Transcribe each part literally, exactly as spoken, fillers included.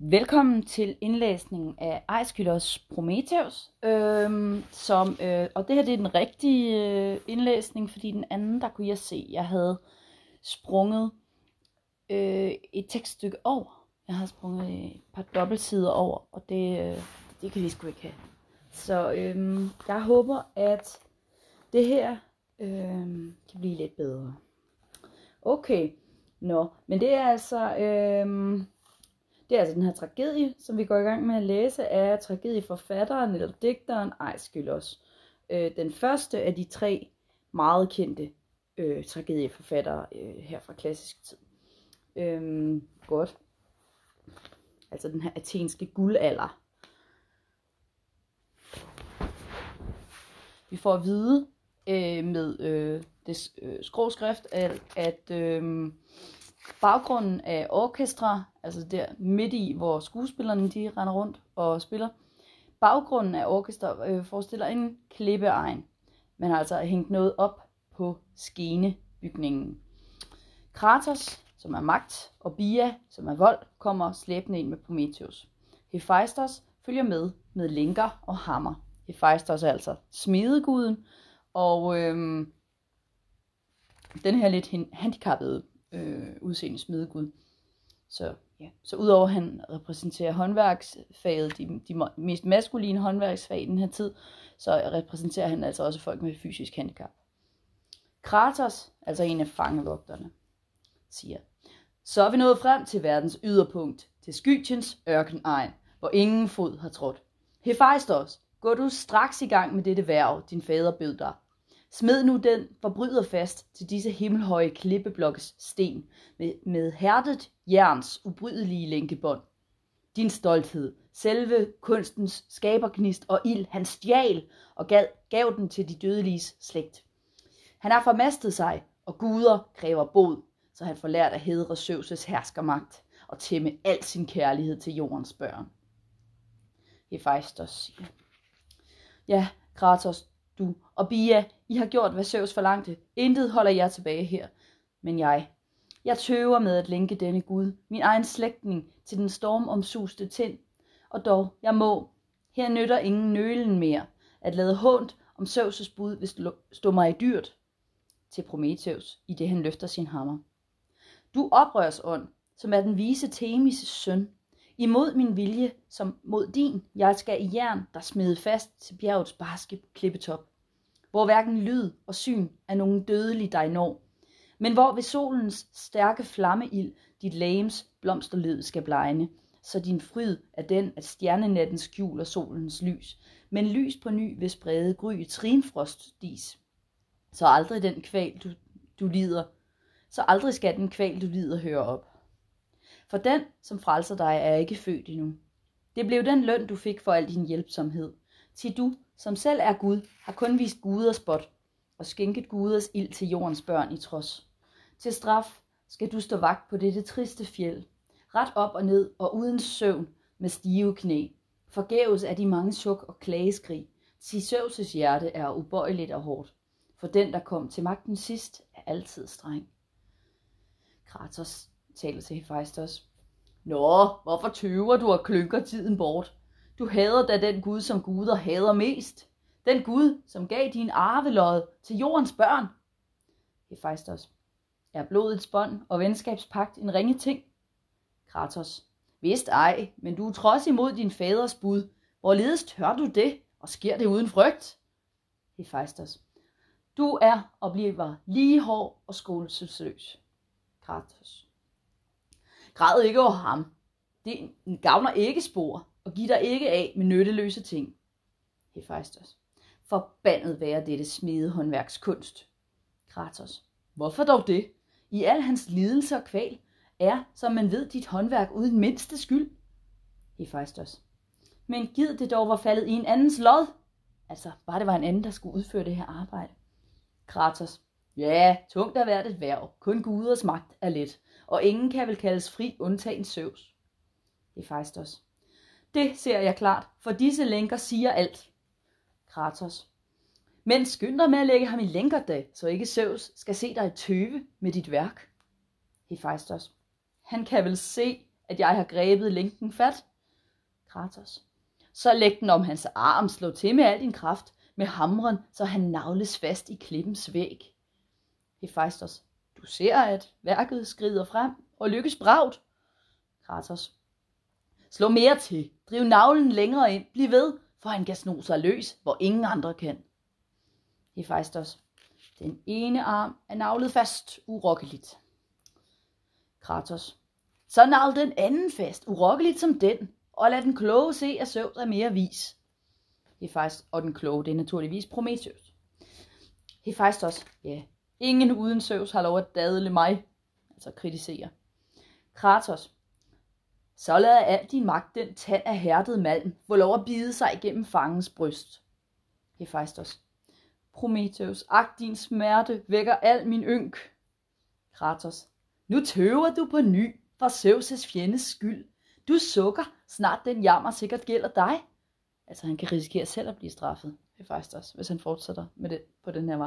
Velkommen til indlæsningen af Aeschylus Prometheus, øhm, som, øh, og det her det er den rigtige øh, indlæsning, fordi den anden, der kunne jeg se, jeg havde sprunget øh, et tekststykke over. Jeg havde sprunget et par dobbeltsider over, og det, øh, det kan vi sgu ikke have. Så øh, jeg håber, at det her øh, kan blive lidt bedre. Okay, nå, men det er altså... Øh, Det er altså den her tragedie, som vi går i gang med at læse, af tragedieforfatteren eller digteren Aeschylus. Øh, den første af de tre meget kendte øh, tragedieforfattere øh, her fra klassisk tid. Øh, godt. Altså den her athenske guldalder. Vi får at vide øh, med øh, det øh, skråskrift, at, at øh, baggrunden af orkestra, altså der midt i, hvor skuespillerne de render rundt og spiller, baggrunden af orkestra øh, forestiller en klippeegn. Man har altså hængt noget op på skenebygningen. Kratos, som er magt, og Bia, som er vold, kommer slæbende ind med Prometheus. Hephaistos følger med med lænker og hammer. Hephaistos er altså smedeguden, og øh, den her lidt handicappede øh, udseende smedegud. Så, ja. Så udover at han repræsenterer håndværksfaget, de, de mest maskuline håndværksfag i den her tid, så repræsenterer han altså også folk med fysisk handicap. Kratos, altså en af fangevogterne, siger: Så er vi nået frem til verdens yderpunkt, til Skytiens ørkenegn, hvor ingen fod har trådt. Hephaistos, gå du straks i gang med dette værv, din fader bød dig. Smid nu den forbryder fast til disse himmelhøje klippeblokkes sten med, med hærdet jerns ubrydelige lænkebånd. Din stolthed, selve kunstens skabergnist og ild, han stjal og gav, gav den til de dødeliges slægt. Han har formastet sig, og guder kræver bod, så han får lært at hædre Zeus' herskermagt og tæmme al sin kærlighed til jordens børn. Hephaistos siger: Ja, Kratos, du og Bia, I har gjort, hvad Zeus forlangte. Intet holder jer tilbage her. Men jeg, jeg tøver med at lænke denne Gud, min egen slægtning, til den stormomsuste tind. Og dog, jeg må. Her nytter ingen nølen mere. At lade hånt om Zeus' bud vil stå mig i dyrt. Til Prometheus, i det han løfter sin hammer. Du oprørsånd, som er den vise Themis' søn. Imod min vilje, som mod din, jeg skal i jern, der smede fast til bjergets barske klippetop, hvor hverken lyd og syn er nogen dødelig dig når, men hvor ved solens stærke flammeild dit lagems blomsterled skal blegne, så din fryd er den, at stjernenatten skjuler solens lys, men lys på ny vil sprede gry trinfrostdis. Så aldrig den kval, du, du lider, så aldrig skal den kval, du lider, høre op. For den, som frelser dig, er ikke født endnu. Det blev den løn, du fik for al din hjælpsomhed. Til du, som selv er Gud, har kun vist guders spot og skænket guders ild til jordens børn i trods. Til straf skal du stå vagt på dette triste fjeld, ret op og ned og uden søvn med stive knæ. Forgæves er de mange suk og klageskrig. Til Zeus' hjerte er ubøjeligt og hårdt, for den, der kom til magten sidst, er altid streng. Kratos taler til Hephaistos: Nå, hvorfor tøver du og klynker tiden bort? Du hader da den Gud, som guder hader mest. Den Gud, som gav din arvelod til jordens børn. Hephaistos: Er blodets bånd og venskabspagt en ringe ting? Kratos: Vist ej, men du er trods imod din faders bud. Hvorledes tør du det, og sker det uden frygt? Hephaistos: Du er og bliver lige hård og skålselsløs. Kratos: Græd ikke over ham. Det gavner ikke spor, og giv dig ikke af med nytteløse ting. Hephaistos: Forbandet være dette smedehåndværkskunst. Kratos: Hvorfor dog det? I al hans lidelse og kval er, som man ved, dit håndværk uden mindste skyld. Hephaistos: Men gid det dog var faldet i en andens lod. Altså, bare det var en anden, der skulle udføre det her arbejde. Kratos: Ja, tungt er hvert et værv. Kun guders magt er let, og ingen kan vel kaldes fri undtagen Zeus. Hephaistos: Det ser jeg klart, for disse lænker siger alt. Kratos: Men skynd dig med at lægge ham i lænker da, så ikke Zeus skal se dig tøve med dit værk. Hephaistos: Han kan vel se, at jeg har grebet lænken fat? Kratos. Så læg den om hans arm, slå til med al din kraft, med hamren, så han nagles fast i klippens væg. Hephaistos. Du ser, at værket skrider frem og lykkes bragt. Kratos. Slå mere til, driv navlen længere ind, bliv ved, for han kan sno sig løs, hvor ingen andre kan. Hephaistos. Den ene arm er naglet fast, urokkeligt. Kratos. Så nagl den anden fast, urokkeligt som den, og lad den kloge se, at Zeus er mere vis. Hephaistos. Og den kloge, det er naturligvis Prometheus. Hephaistos. Ja, ingen uden Zeus har lov at dadle mig, altså kritisere. Kratos. Så lad al din magt den tand af hærdet malm få lov at bide sig igennem fangens bryst. Hephaistos. Prometheus, ak din smerte vækker al min ynk. Kratos. Nu tøver du på ny for Zeus' fjendes skyld. Du sukker, snart den jammer sikkert gælder dig. Altså han kan risikere selv at blive straffet, Hephaistos, hvis han fortsætter med det på den her vej.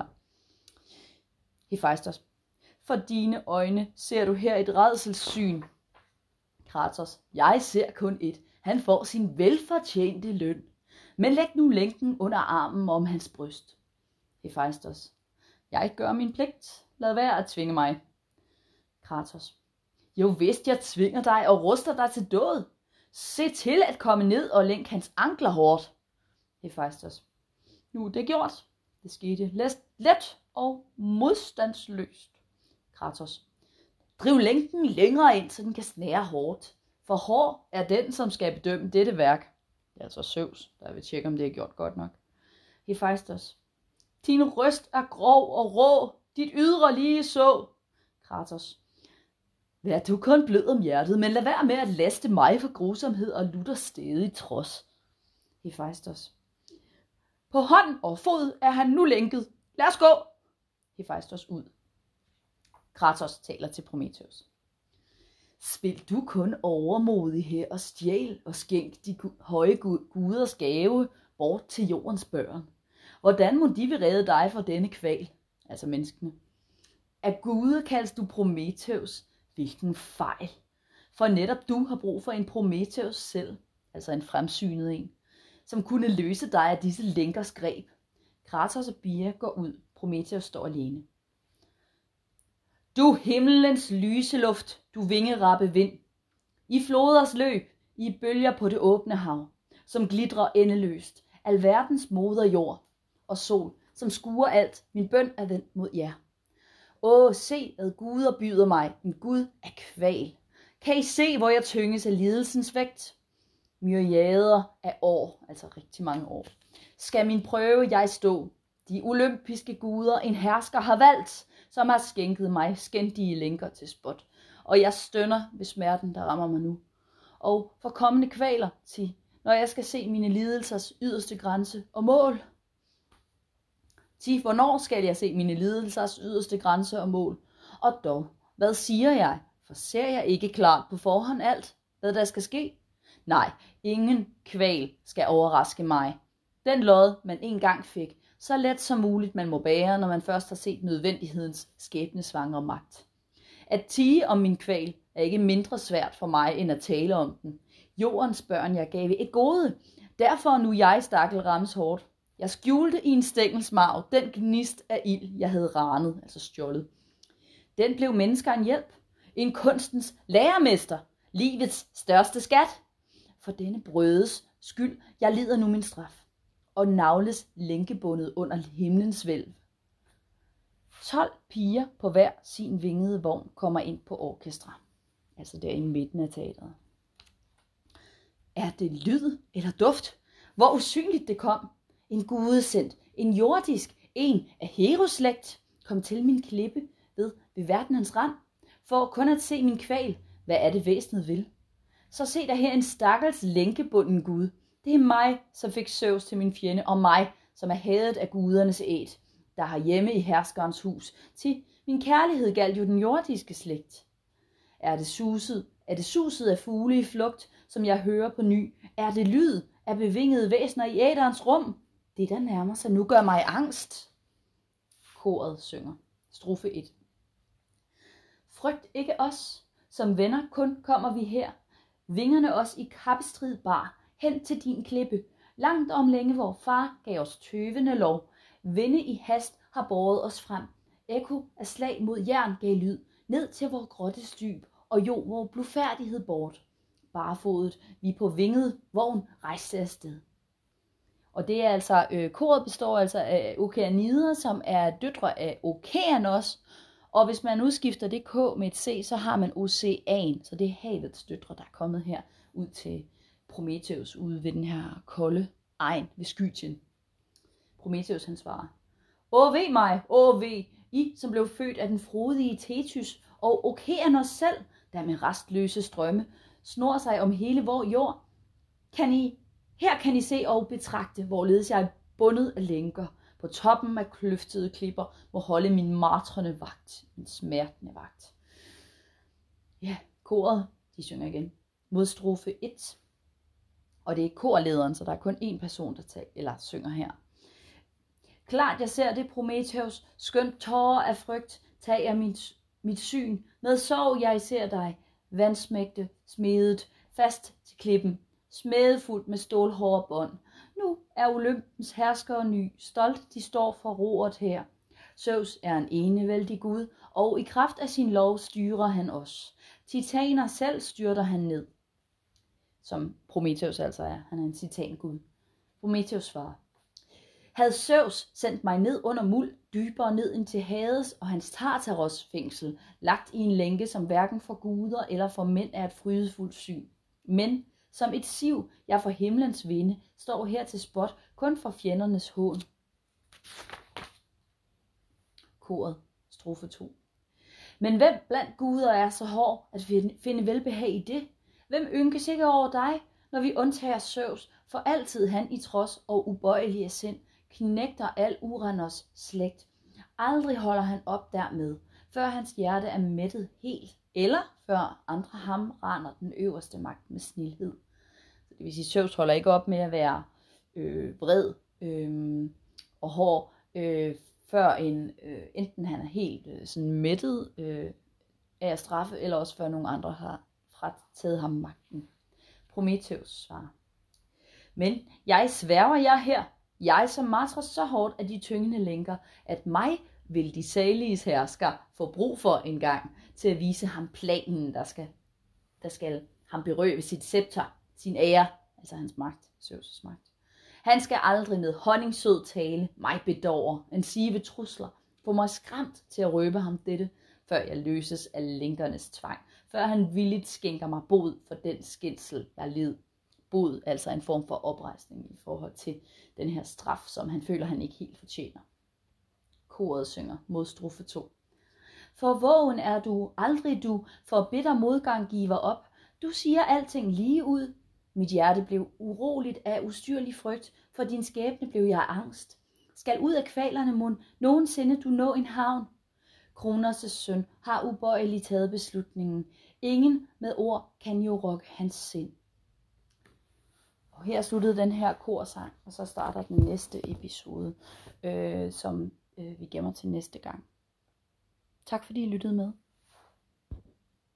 Hephaistos. For dine øjne ser du her et rædselssyn. Kratos. Jeg ser kun et. Han får sin velfortjente løn. Men læg nu lænken under armen om hans bryst. Hephaistos. Jeg gør min pligt. Lad være at tvinge mig. Kratos. Jo vist jeg tvinger dig og ruster dig til død. Se til at komme ned og lænk hans ankler hårdt. Hephaistos. Nu er det gjort. Det skete let og modstandsløst. Kratos. Driv lænken længere ind, så den kan snære hårdt. For hård er den, som skal bedømme dette værk. Det er altså Zeus, der vil tjekke, om det er gjort godt nok. Hephaistos. Din røst er grov og rå, dit ydre lige så. Kratos. Vær du kun blød om hjertet, men lad være med at laste mig for grusomhed og lutter stedig trods. Hephaistos. På hånd og fod er han nu lænket. Lad os gå. Hephaistos ud. Kratos taler til Prometheus. Spil du kun overmodig her og stjæl og skænk de høje guders gave bort til jordens børn. Hvordan må de vil redde dig fra denne kval, altså menneskene? Af gude kaldes du Prometheus, hvilken fejl. For netop du har brug for en Prometheus selv, altså en fremsynet en, som kunne løse dig af disse lænkers greb. Kratos og Bia går ud, Prometheus står alene. Du himmelens lyseluft, du vingerappe vind, i floders løb, i bølger på det åbne hav, som glitrer endeløst, alverdens moder jord og sol, som skuer alt, min bøn er vendt mod jer. Åh, se, hvad guder byder mig, en gud af kval. Kan I se, hvor jeg tynges af lidelsens vægt? Myriader af år, altså rigtig mange år, skal min prøve jeg stå. De olympiske guder en hersker har valgt, som har skænket mig skændige lænker til spot. Og jeg stønner ved smerten, der rammer mig nu. Og for kommende kvaler, til, når jeg skal se mine lidelsers yderste grænse og mål. Til, hvornår skal jeg se mine lidelsers yderste grænse og mål? Og dog, hvad siger jeg? For ser jeg ikke klart på forhånd alt, hvad der skal ske? Nej, ingen kval skal overraske mig. Den lod, man engang fik, så let som muligt man må bære, når man først har set nødvendighedens skæbnesvangre magt. At tie om min kval er ikke mindre svært for mig, end at tale om den. Jordens børn jeg gav et gode, derfor nu jeg stakkel rammes hårdt. Jeg skjulte i en stængelsmarv den gnist af ild, jeg havde ranet, altså stjålet. Den blev mennesker en hjælp, en kunstens lærermester, livets største skat. For denne brødes skyld, jeg lider nu min straf, og navles lænkebundet under himlens hvælv. tolv piger på hver sin vingede vogn kommer ind på orkestra, altså der i midten af teatret. Er det lyd eller duft? Hvor usynligt det kom. En gudesendt, en jordisk, en af Heros-slægt, kom til min klippe ved, ved verdenens rand, for kun at se min kval, hvad er det væsenet vil. Så se der her en stakkels lænkebunden gud. Det er mig, som fik Zeus til min fjende, og mig, som er hadet af gudernes æt, der har hjemme i herskerens hus. Til min kærlighed galt jo den jordiske slægt. Er det suset, er det suset af fugle i flugt, som jeg hører på ny? Er det lyd af bevingede væsener i æterens rum? Det, der nærmer sig nu, gør mig angst. Koret synger. Strofe et. Frygt ikke os, som venner kun kommer vi her. Vingerne os i kappestrid bar, hen til din klippe, langt om længe vor far gav os tøvende lov. Vinde i hast har båret os frem, ekko af slag mod jern gav lyd, ned til vor grottes dyb, og jo vor blufærdighed bort. Barefodet, vi på vinget vogn rejste afsted. Og det er altså, øh, koret består altså af okeanider, som er døtre af Okeanos. Og hvis man udskifter det K med et C, så har man ocean. Så det er havets døtre, der er kommet her ud til Prometheus ude ved den her kolde egen ved Skytien. Prometheus han svarer: Åh ved mig, åh ved, I som blev født af den frodige Tethys og Okeanos selv, der med restløse strømme snor sig om hele vor jord. Kan I, her kan I se og betragte, hvorledes jeg er bundet af lænker på toppen af kløftede klipper, må holde min martrende vagt, min smertende vagt. Ja, koret, de synger igen. Mod strofe et. Og det er korlederen, så der er kun én person, der tager, eller synger her. Klart jeg ser det, Prometheus, skønt tårer af frygt, tager mit, mit syn. Med sorg jeg ser dig, vandsmægte, smedet, fast til klippen, smedefuldt med stålhårde bånd. Nu er Olympens herskere ny, stolt de står for roret her. Zeus er en enevældig gud, og i kraft af sin lov styrer han os. Titaner selv styrter han ned. Som Prometheus altså er, han er en titangud. Prometheus svarer: Havde Zeus sendt mig ned under muld, dybere ned ind til Hades og hans Tartaros fængsel, lagt i en lænke, som hverken for guder eller for mænd er et frydefuldt syn. Men som et siv, jeg for himlens vinde, står her til spot, kun for fjendernes hån. Koret, strofe to. Men hvem blandt guder er så hård at finde velbehag i det? Hvem ynkes ikke over dig, når vi undtager Zeus, for altid han i trods og ubøjelige sind, knægter al Uranos slægt. Aldrig holder han op dermed, før hans hjerte er mættet helt, eller før andre ham raner den øverste magt med snilhed. Det vil sige, at Zeus holder ikke op med at være øh, vred øh, og hård, øh, før en, øh, enten han er helt øh, sådan mættet øh, af at straffe, eller også før nogle andre har frataget ham magten. Prometheus svarer: Men jeg sværger jer her, jeg som martrer så hårdt af de tyngende lænker, at mig vil de saliges hersker få brug for en gang, til at vise ham planen, der skal, der skal ham berøve sit scepter, sin ære, altså hans magt, Zeus' magt. Han skal aldrig med honningsød tale, mig bedårer, en sive trusler, få mig skræmt til at røbe ham dette, før jeg løses af lænkernes tvang, før han villigt skænker mig bod for den skændsel, jeg led. Bod, altså en form for oprejsning i forhold til den her straf, som han føler, han ikke helt fortjener. Koret synger mod strofe to. For vågen er du, aldrig du, for bitter modgang giver op. Du siger alting lige ud. Mit hjerte blev uroligt af ustyrlig frygt, for din skæbne blev jeg angst. Skal ud af kvalerne mund, nogensinde du nå en havn? Kronos' søn har ubøjeligt taget beslutningen. Ingen med ord kan jo rokke hans sind. Og her sluttede den her korsang, og så starter den næste episode, øh, som øh, vi gemmer til næste gang. Tak fordi I lyttede med.